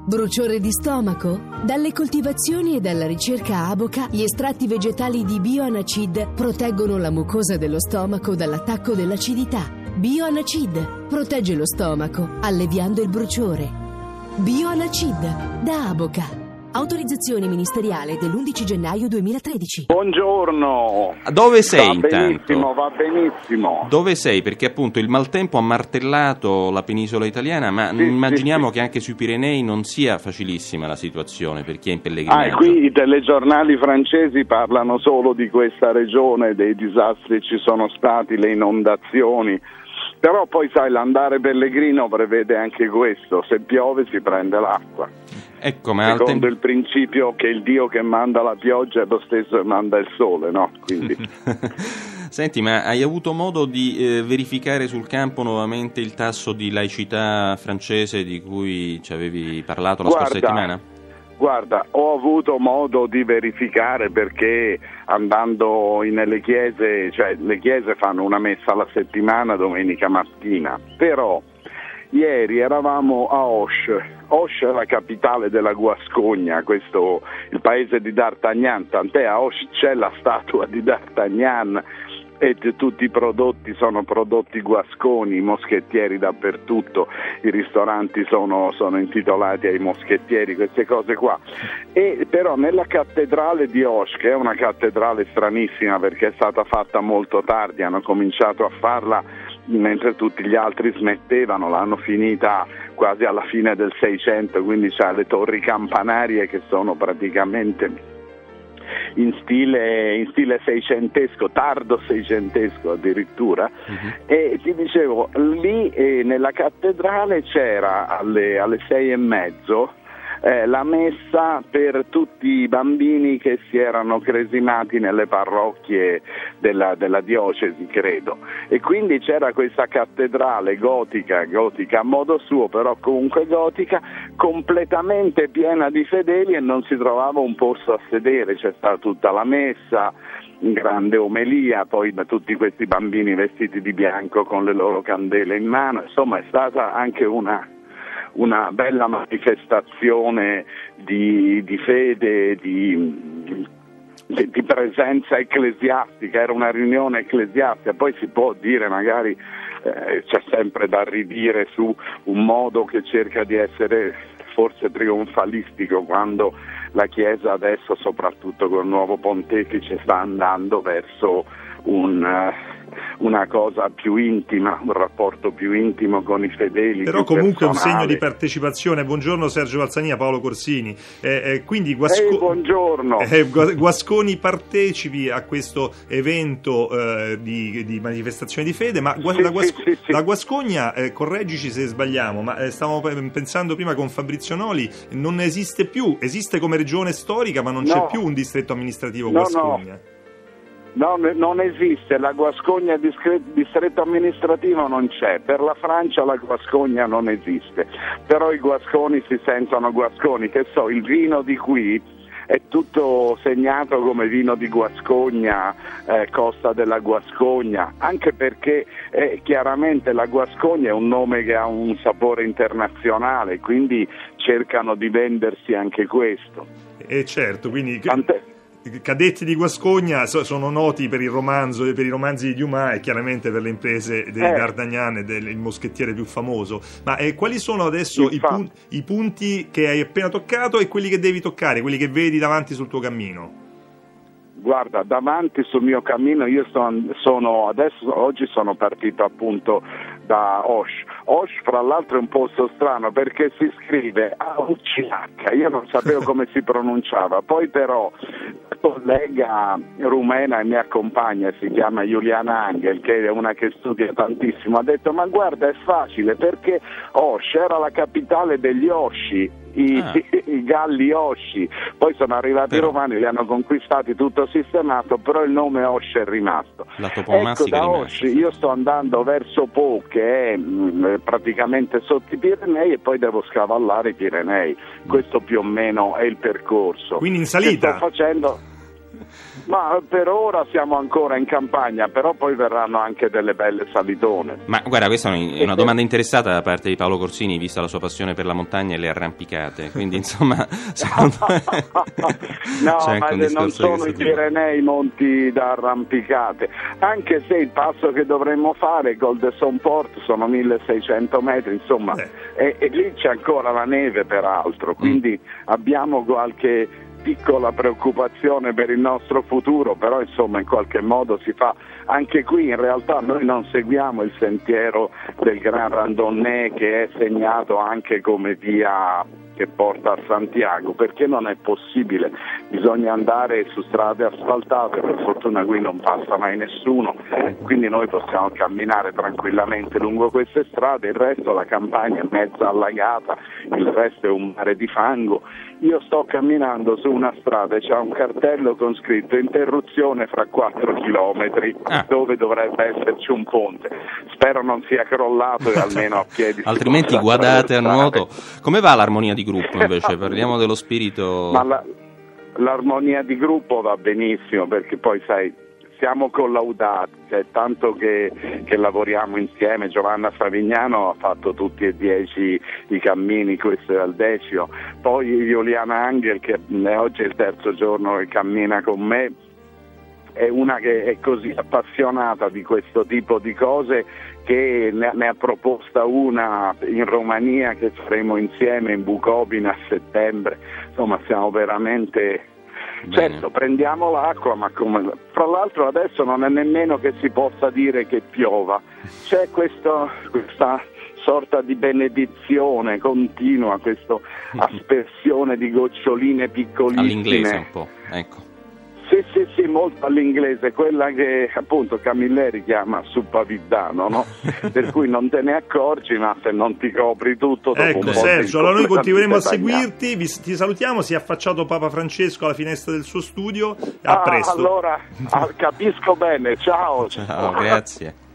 Bruciore di stomaco? Dalle coltivazioni e dalla ricerca Aboca, gli estratti vegetali di Bioanacid proteggono la mucosa dello stomaco dall'attacco dell'acidità. Bioanacid protegge lo stomaco, alleviando il bruciore. Bioanacid da Aboca. Autorizzazione ministeriale dell'11 gennaio 2013. Buongiorno. Dove sei intanto? Va benissimo. Dove sei? Perché appunto il maltempo ha martellato la penisola italiana, ma immaginiamo che anche sui Pirenei non sia facilissima la situazione per chi è in pellegrinaggio. Qui i telegiornali francesi parlano solo di questa regione, dei disastri ci sono stati, le inondazioni. Però poi sai, l'andare pellegrino prevede anche questo, se piove si prende l'acqua. Ecco, ma secondo il principio che il Dio che manda la pioggia è lo stesso che manda il sole, no? Quindi. Senti, ma hai avuto modo di verificare sul campo nuovamente il tasso di laicità francese di cui ci avevi parlato la scorsa settimana? Guarda, ho avuto modo di verificare perché andando nelle chiese, cioè le chiese fanno una messa alla settimana domenica mattina, però ieri eravamo a Auch. Auch è la capitale della Guascogna, questo il paese di D'Artagnan, tant'è a Auch c'è la statua di D'Artagnan e tutti i prodotti sono prodotti guasconi, i moschettieri dappertutto, i ristoranti sono intitolati ai moschettieri, queste cose qua. E però nella cattedrale di Auch, che è una cattedrale stranissima perché è stata fatta molto tardi, hanno cominciato a farla mentre tutti gli altri smettevano, l'hanno finita quasi alla fine del 600, quindi c'ha le torri campanarie che sono praticamente in stile seicentesco, tardo seicentesco addirittura. E ti dicevo, lì nella cattedrale c'era alle 6:30 la messa per tutti i bambini che si erano cresimati nelle parrocchie della diocesi, credo, e quindi c'era questa cattedrale gotica a modo suo, però comunque gotica, completamente piena di fedeli e non si trovava un posto a sedere, c'è stata tutta la messa, grande omelia, poi da tutti questi bambini vestiti di bianco con le loro candele in mano, insomma è stata anche una bella manifestazione di fede, di presenza ecclesiastica, era una riunione ecclesiastica. Poi si può dire magari c'è sempre da ridire su un modo che cerca di essere forse trionfalistico quando la Chiesa adesso, soprattutto con il nuovo pontefice, sta andando verso una cosa più intima, un rapporto più intimo con i fedeli. Però comunque personale. Un segno di partecipazione. Buongiorno Sergio Valsania, Paolo Corsini. Quindi buongiorno. Guasconi partecipi a questo evento di manifestazione di fede, ma la Guascogna, correggici se sbagliamo, ma stavamo pensando prima con Fabrizio Noli, non esiste più, esiste come regione storica, ma non c'è più un distretto amministrativo Guascogna. No, non esiste, la Guascogna distretto amministrativo non c'è, per la Francia la Guascogna non esiste, però i guasconi si sentono guasconi, che so, il vino di qui è tutto segnato come vino di Guascogna, Costa della Guascogna, anche perché chiaramente la Guascogna è un nome che ha un sapore internazionale, quindi cercano di vendersi anche questo. Certo, quindi i cadetti di Guascogna sono noti per il romanzo e per i romanzi di Dumas e chiaramente per le imprese di D'Artagnan e del moschettiere più famoso. Ma quali sono adesso i punti che hai appena toccato e quelli che devi toccare, quelli che vedi davanti sul tuo cammino? Guarda, davanti sul mio cammino io oggi sono partito appunto da Auch. Auch fra l'altro è un posto strano perché si scrive AUCH, io non sapevo come si pronunciava, poi però la collega rumena e mi accompagna, si chiama Juliana Angel, che è una che studia tantissimo, ha detto ma guarda è facile perché Auch era la capitale degli Osci, i galli Osci, poi sono arrivati i romani, li hanno conquistati, tutto sistemato, però il nome Auch è rimasto. Ecco, da Auch io sto andando verso Pau, che è praticamente sotto i Pirenei, e poi devo scavallare i Pirenei. Questo più o meno è il percorso. Quindi in salita? Che sto facendo. Ma per ora siamo ancora in campagna, però poi verranno anche delle belle salitone. Ma guarda, questa è una domanda interessata da parte di Paolo Corsini, vista la sua passione per la montagna e le arrampicate, quindi insomma secondo me no, ma non sono i Pirenei monti da arrampicate, anche se il passo che dovremmo fare, Goldeson Port, sono 1600 metri, insomma, e lì c'è ancora la neve peraltro, quindi abbiamo qualche piccola preoccupazione per il nostro futuro, però insomma in qualche modo si fa. Anche qui in realtà noi non seguiamo il sentiero del Gran Randonnée, che è segnato anche come via che porta a Santiago, perché non è possibile, bisogna andare su strade asfaltate, per fortuna qui non passa mai nessuno, quindi noi possiamo camminare tranquillamente lungo queste strade, il resto la campagna è mezza allagata, il resto è un mare di fango. Io sto camminando su una strada e c'è un cartello con scritto interruzione fra 4 chilometri, dove dovrebbe esserci un ponte. Spero non sia crollato e almeno a piedi. Altrimenti guardate a nuoto. Come va l'armonia di gruppo invece? Parliamo dello spirito. Ma l'armonia di gruppo va benissimo, perché poi sai, siamo collaudati, cioè, tanto che lavoriamo insieme. Giovanna Savignano ha fatto tutti e 10 i cammini, questo è al 10°, poi Juliana Angel, che oggi è il 3° giorno che cammina con me, è una che è così appassionata di questo tipo di cose che ne ha proposta una in Romania che faremo insieme in Bukovina a settembre. Insomma, siamo veramente... Bene. Certo, prendiamo l'acqua, ma come... Fra l'altro adesso non è nemmeno che si possa dire che piova, c'è questa sorta di benedizione continua, questa aspersione di goccioline piccolissime. All'inglese un po', ecco. Sì, molto all'inglese, quella che appunto Camilleri chiama suppavidano, no? Per cui non te ne accorgi, ma se non ti copri tutto dopo un po'. Sergio, allora noi continueremo a seguirti, ti salutiamo, si è affacciato Papa Francesco alla finestra del suo studio, a presto. Allora, capisco bene, ciao. Ciao, grazie.